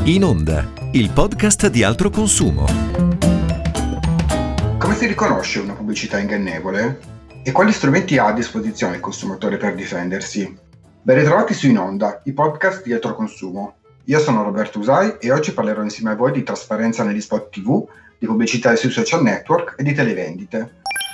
In Onda, il podcast di Altro Consumo. Come si riconosce una pubblicità ingannevole? E quali strumenti ha a disposizione il consumatore per difendersi? Ben ritrovati su In Onda, il podcast di Altro Consumo. Io sono Roberto Usai e oggi parlerò insieme a voi di trasparenza negli spot TV, di pubblicità sui social network e di televendite.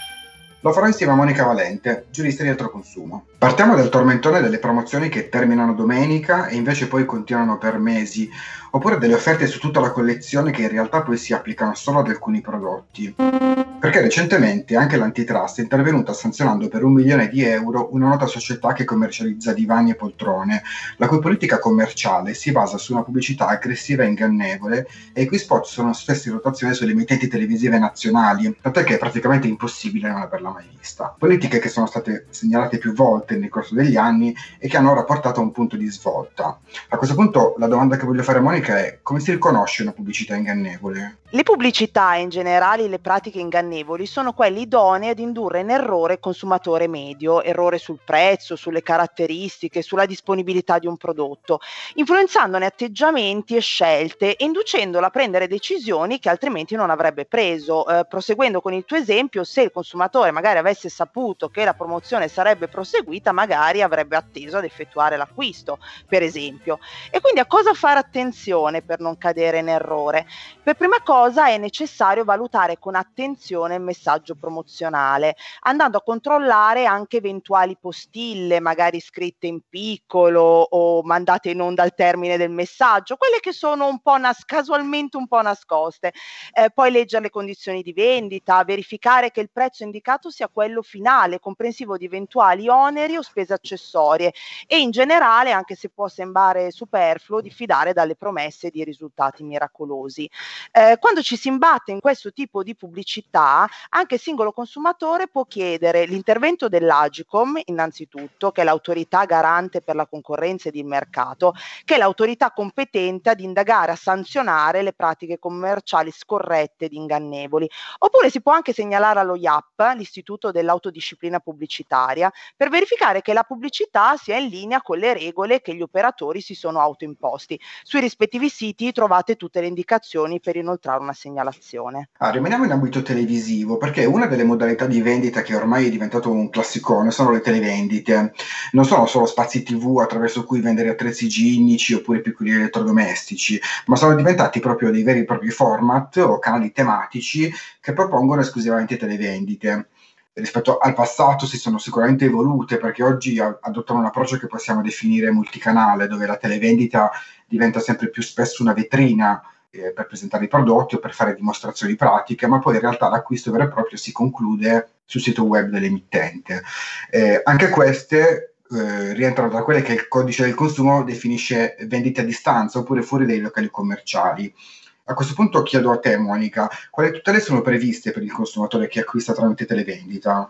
Lo farò insieme a Monica Valente, giurista di Altro Consumo. Partiamo dal tormentone delle promozioni che terminano domenica e invece poi continuano per mesi, oppure delle offerte su tutta la collezione che in realtà poi si applicano solo ad alcuni prodotti. Perché recentemente anche l'Antitrust è intervenuta sanzionando per €1 milione una nota società che commercializza divani e poltrone, la cui politica commerciale si basa su una pubblicità aggressiva e ingannevole e i cui spot sono spesso in rotazione sulle emittenti televisive nazionali, tant'è che è praticamente impossibile non averla mai vista. Politiche che sono state segnalate più volte nel corso degli anni e che hanno ora portato a un punto di svolta. A questo punto la domanda che voglio fare a Monica è: come si riconosce una pubblicità ingannevole? Le pubblicità e in generale le pratiche ingannevoli sono quelle idonee ad indurre in errore il consumatore medio, errore sul prezzo, sulle caratteristiche, sulla disponibilità di un prodotto, influenzandone atteggiamenti e scelte e inducendolo a prendere decisioni che altrimenti non avrebbe preso. Proseguendo con il tuo esempio, se il consumatore magari avesse saputo che la promozione sarebbe proseguita, magari avrebbe atteso ad effettuare l'acquisto, per esempio. E quindi a cosa fare attenzione per non cadere in errore? Per prima cosa è necessario valutare con attenzione il messaggio promozionale, andando a controllare anche eventuali postille, magari scritte in piccolo o mandate in onda al termine del messaggio, quelle che sono un po' casualmente un po' nascoste. Poi leggere le condizioni di vendita, verificare che il prezzo indicato sia quello finale, comprensivo di eventuali oneri o spese accessorie e in generale, anche se può sembrare superfluo, diffidare dalle promesse di risultati miracolosi. Quando ci si imbatte in questo tipo di pubblicità, anche il singolo consumatore può chiedere l'intervento dell'Agcom, innanzitutto, che è l'autorità garante per la concorrenza ed il mercato, che è l'autorità competente ad indagare, a sanzionare le pratiche commerciali scorrette ed ingannevoli. Oppure si può anche segnalare allo IAP, l'Istituto dell'Autodisciplina Pubblicitaria, per verificare che la pubblicità sia in linea con le regole che gli operatori si sono autoimposti. Sui rispettivi siti trovate tutte le indicazioni per inoltrare una segnalazione. Rimaniamo in ambito televisivo, perché una delle modalità di vendita che ormai è diventato un classicone sono le televendite. Non sono solo spazi TV attraverso cui vendere attrezzi igienici oppure piccoli elettrodomestici, ma sono diventati proprio dei veri e propri format o canali tematici che propongono esclusivamente televendite. Rispetto al passato si sono sicuramente evolute, perché oggi adottano un approccio che possiamo definire multicanale, dove la televendita diventa sempre più spesso una vetrina per presentare i prodotti o per fare dimostrazioni pratiche, ma poi in realtà l'acquisto vero e proprio si conclude sul sito web dell'emittente. Anche queste rientrano tra quelle che il codice del consumo definisce vendite a distanza oppure fuori dai locali commerciali. A questo punto chiedo a te, Monica, quali tutele sono previste per il consumatore che acquista tramite televendita?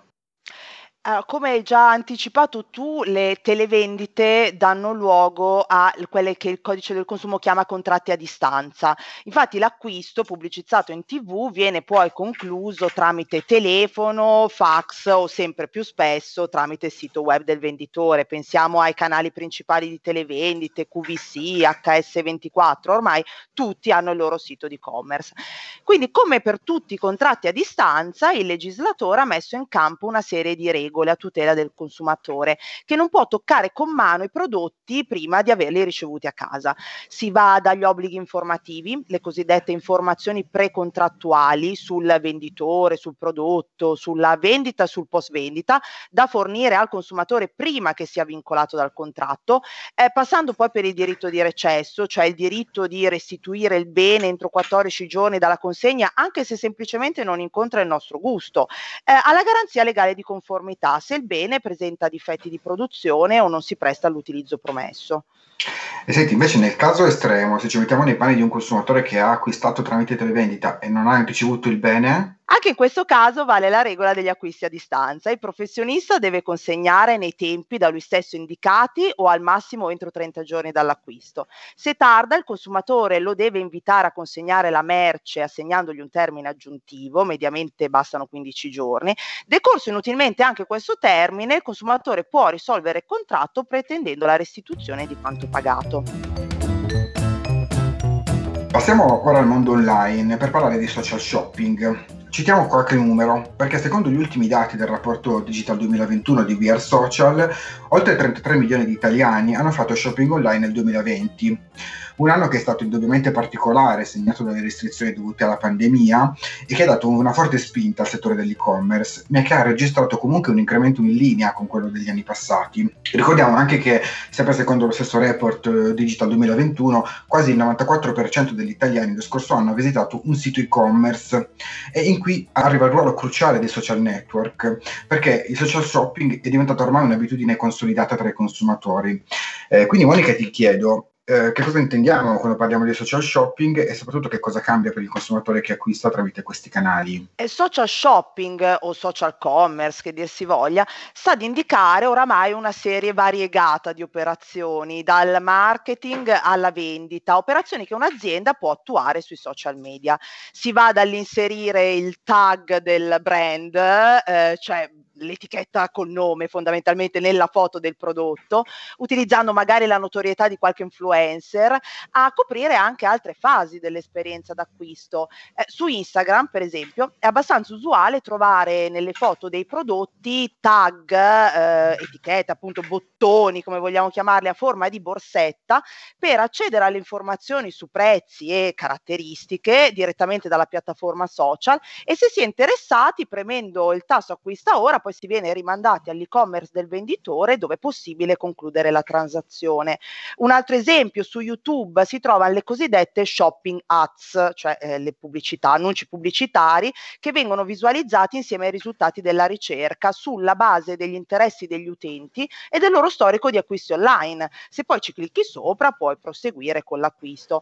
Come hai già anticipato tu, le televendite danno luogo a quelle che il codice del consumo chiama contratti a distanza. Infatti l'acquisto pubblicizzato in TV viene poi concluso tramite telefono, fax o sempre più spesso tramite il sito web del venditore. Pensiamo ai canali principali di televendite, QVC, HS24, ormai tutti hanno il loro sito di e-commerce. Quindi, come per tutti i contratti a distanza, il legislatore ha messo in campo una serie di regole a tutela del consumatore, che non può toccare con mano i prodotti prima di averli ricevuti a casa. Si va dagli obblighi informativi, le cosiddette informazioni precontrattuali sul venditore, sul prodotto, sulla vendita, sul post vendita, da fornire al consumatore prima che sia vincolato dal contratto, passando poi per il diritto di recesso, cioè il diritto di restituire il bene entro 14 giorni dalla consegna, anche se semplicemente non incontra il nostro gusto, alla garanzia legale di conformità, se il bene presenta difetti di produzione o non si presta all'utilizzo promesso. E senti, invece nel caso estremo, se ci mettiamo nei panni di un consumatore che ha acquistato tramite televendita e non ha ricevuto il bene, Anche in questo caso vale la regola degli acquisti a distanza. Il professionista deve consegnare nei tempi da lui stesso indicati o al massimo entro 30 giorni dall'acquisto. Se tarda, il consumatore lo deve invitare a consegnare la merce assegnandogli un termine aggiuntivo, mediamente bastano 15 giorni. Decorso inutilmente anche questo termine, il consumatore può risolvere il contratto pretendendo la restituzione di quanto pagato. Passiamo ora al mondo online per parlare di social shopping. Citiamo qualche numero, perché secondo gli ultimi dati del rapporto Digital 2021 di We Are Social, oltre 33 milioni di italiani hanno fatto shopping online nel 2020. Un anno che è stato indubbiamente particolare, segnato dalle restrizioni dovute alla pandemia e che ha dato una forte spinta al settore dell'e-commerce, ma che ha registrato comunque un incremento in linea con quello degli anni passati. Ricordiamo anche che, sempre secondo lo stesso report Digital 2021, quasi il 94% degli italiani lo scorso anno ha visitato un sito e-commerce, e in cui arriva il ruolo cruciale dei social network, perché il social shopping è diventato ormai un'abitudine consolidata tra i consumatori. Quindi Monica, ti chiedo, che cosa intendiamo quando parliamo di social shopping e soprattutto che cosa cambia per il consumatore che acquista tramite questi canali? Social shopping o social commerce, che dir si voglia, sta ad indicare oramai una serie variegata di operazioni, dal marketing alla vendita, operazioni che un'azienda può attuare sui social media. Si va dall'inserire il tag del brand, cioè l'etichetta col nome fondamentalmente nella foto del prodotto, utilizzando magari la notorietà di qualche influencer, a coprire anche altre fasi dell'esperienza d'acquisto. Su Instagram, per esempio, è abbastanza usuale trovare nelle foto dei prodotti tag, etichette, appunto bottoni, come vogliamo chiamarli, a forma di borsetta, per accedere alle informazioni su prezzi e caratteristiche direttamente dalla piattaforma social, e se si è interessati, premendo il tasto acquista ora, poi si viene rimandati all'e-commerce del venditore, dove è possibile concludere la transazione. Un altro esempio: su YouTube si trovano le cosiddette shopping ads, cioè le pubblicità, annunci pubblicitari che vengono visualizzati insieme ai risultati della ricerca sulla base degli interessi degli utenti e del loro storico di acquisti online. Se poi ci clicchi sopra, puoi proseguire con l'acquisto.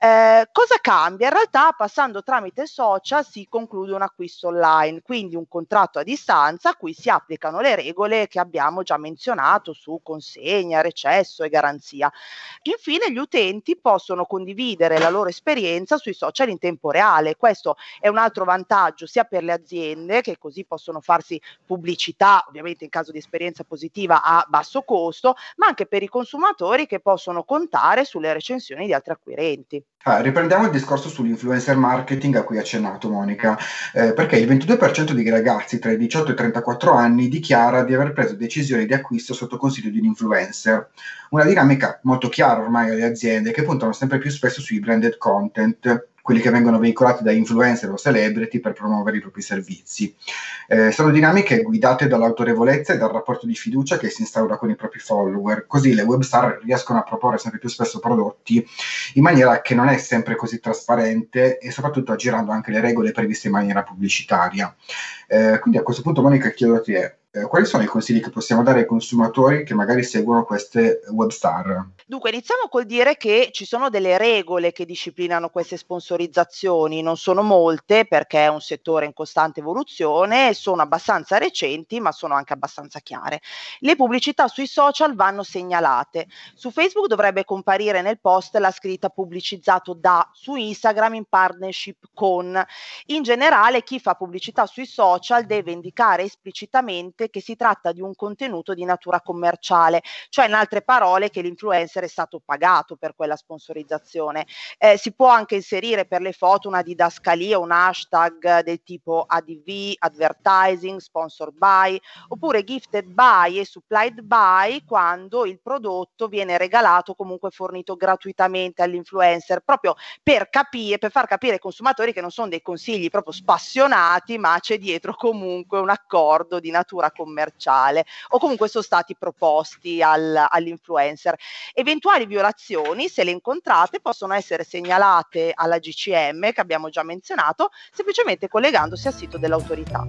Cosa cambia? In realtà, passando tramite social si conclude un acquisto online, quindi un contratto a distanza a cui si applicano le regole che abbiamo già menzionato su consegna, recesso e garanzia. Infine, gli utenti possono condividere la loro esperienza sui social in tempo reale. Questo è un altro vantaggio sia per le aziende, che così possono farsi pubblicità, ovviamente in caso di esperienza positiva a basso costo, ma anche per i consumatori, che possono contare sulle recensioni di altri acquirenti. Riprendiamo il discorso sull'influencer marketing a cui hai accennato, Monica, perché il 22% dei ragazzi tra i 18 e i 34 anni dichiara di aver preso decisioni di acquisto sotto consiglio di un influencer. Una dinamica molto chiara ormai alle aziende, che puntano sempre più spesso sui branded content, quelli che vengono veicolati da influencer o celebrity per promuovere i propri servizi. Sono dinamiche guidate dall'autorevolezza e dal rapporto di fiducia che si instaura con i propri follower, così le webstar riescono a proporre sempre più spesso prodotti in maniera che non è sempre così trasparente e soprattutto aggirando anche le regole previste in maniera pubblicitaria. Quindi a questo punto, Monica, chiedo a te, quali sono i consigli che possiamo dare ai consumatori che magari seguono queste webstar? Dunque, iniziamo col dire che ci sono delle regole che disciplinano queste sponsorizzazioni. Non sono molte, perché è un settore in costante evoluzione, sono abbastanza recenti, ma sono anche abbastanza chiare. Le pubblicità sui social vanno segnalate. Su Facebook dovrebbe comparire nel post la scritta pubblicizzato da, su Instagram in partnership con. In generale, chi fa pubblicità sui social deve indicare esplicitamente che si tratta di un contenuto di natura commerciale, cioè in altre parole che l'influencer è stato pagato per quella sponsorizzazione. Si può anche inserire per le foto una didascalia, un hashtag del tipo ADV, advertising, sponsored by, oppure gifted by e supplied by, quando il prodotto viene regalato o comunque fornito gratuitamente all'influencer, proprio per far capire ai consumatori che non sono dei consigli proprio spassionati, ma c'è dietro comunque un accordo di natura commerciale, o comunque sono stati proposti all'influencer. Eventuali violazioni, se le incontrate, possono essere segnalate alla GCM, che abbiamo già menzionato, semplicemente collegandosi al sito dell'autorità.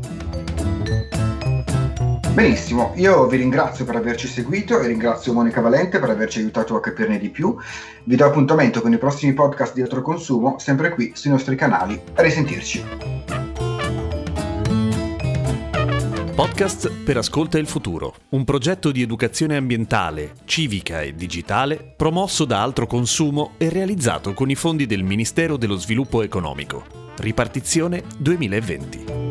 Benissimo, io vi ringrazio per averci seguito e ringrazio Monica Valente per averci aiutato a capirne di più. Vi do appuntamento con i prossimi podcast di Altro Consumo, sempre qui sui nostri canali. A risentirci. Podcast per Ascolta il Futuro, un progetto di educazione ambientale, civica e digitale promosso da Altro Consumo e realizzato con i fondi del Ministero dello Sviluppo Economico. Ripartizione 2020.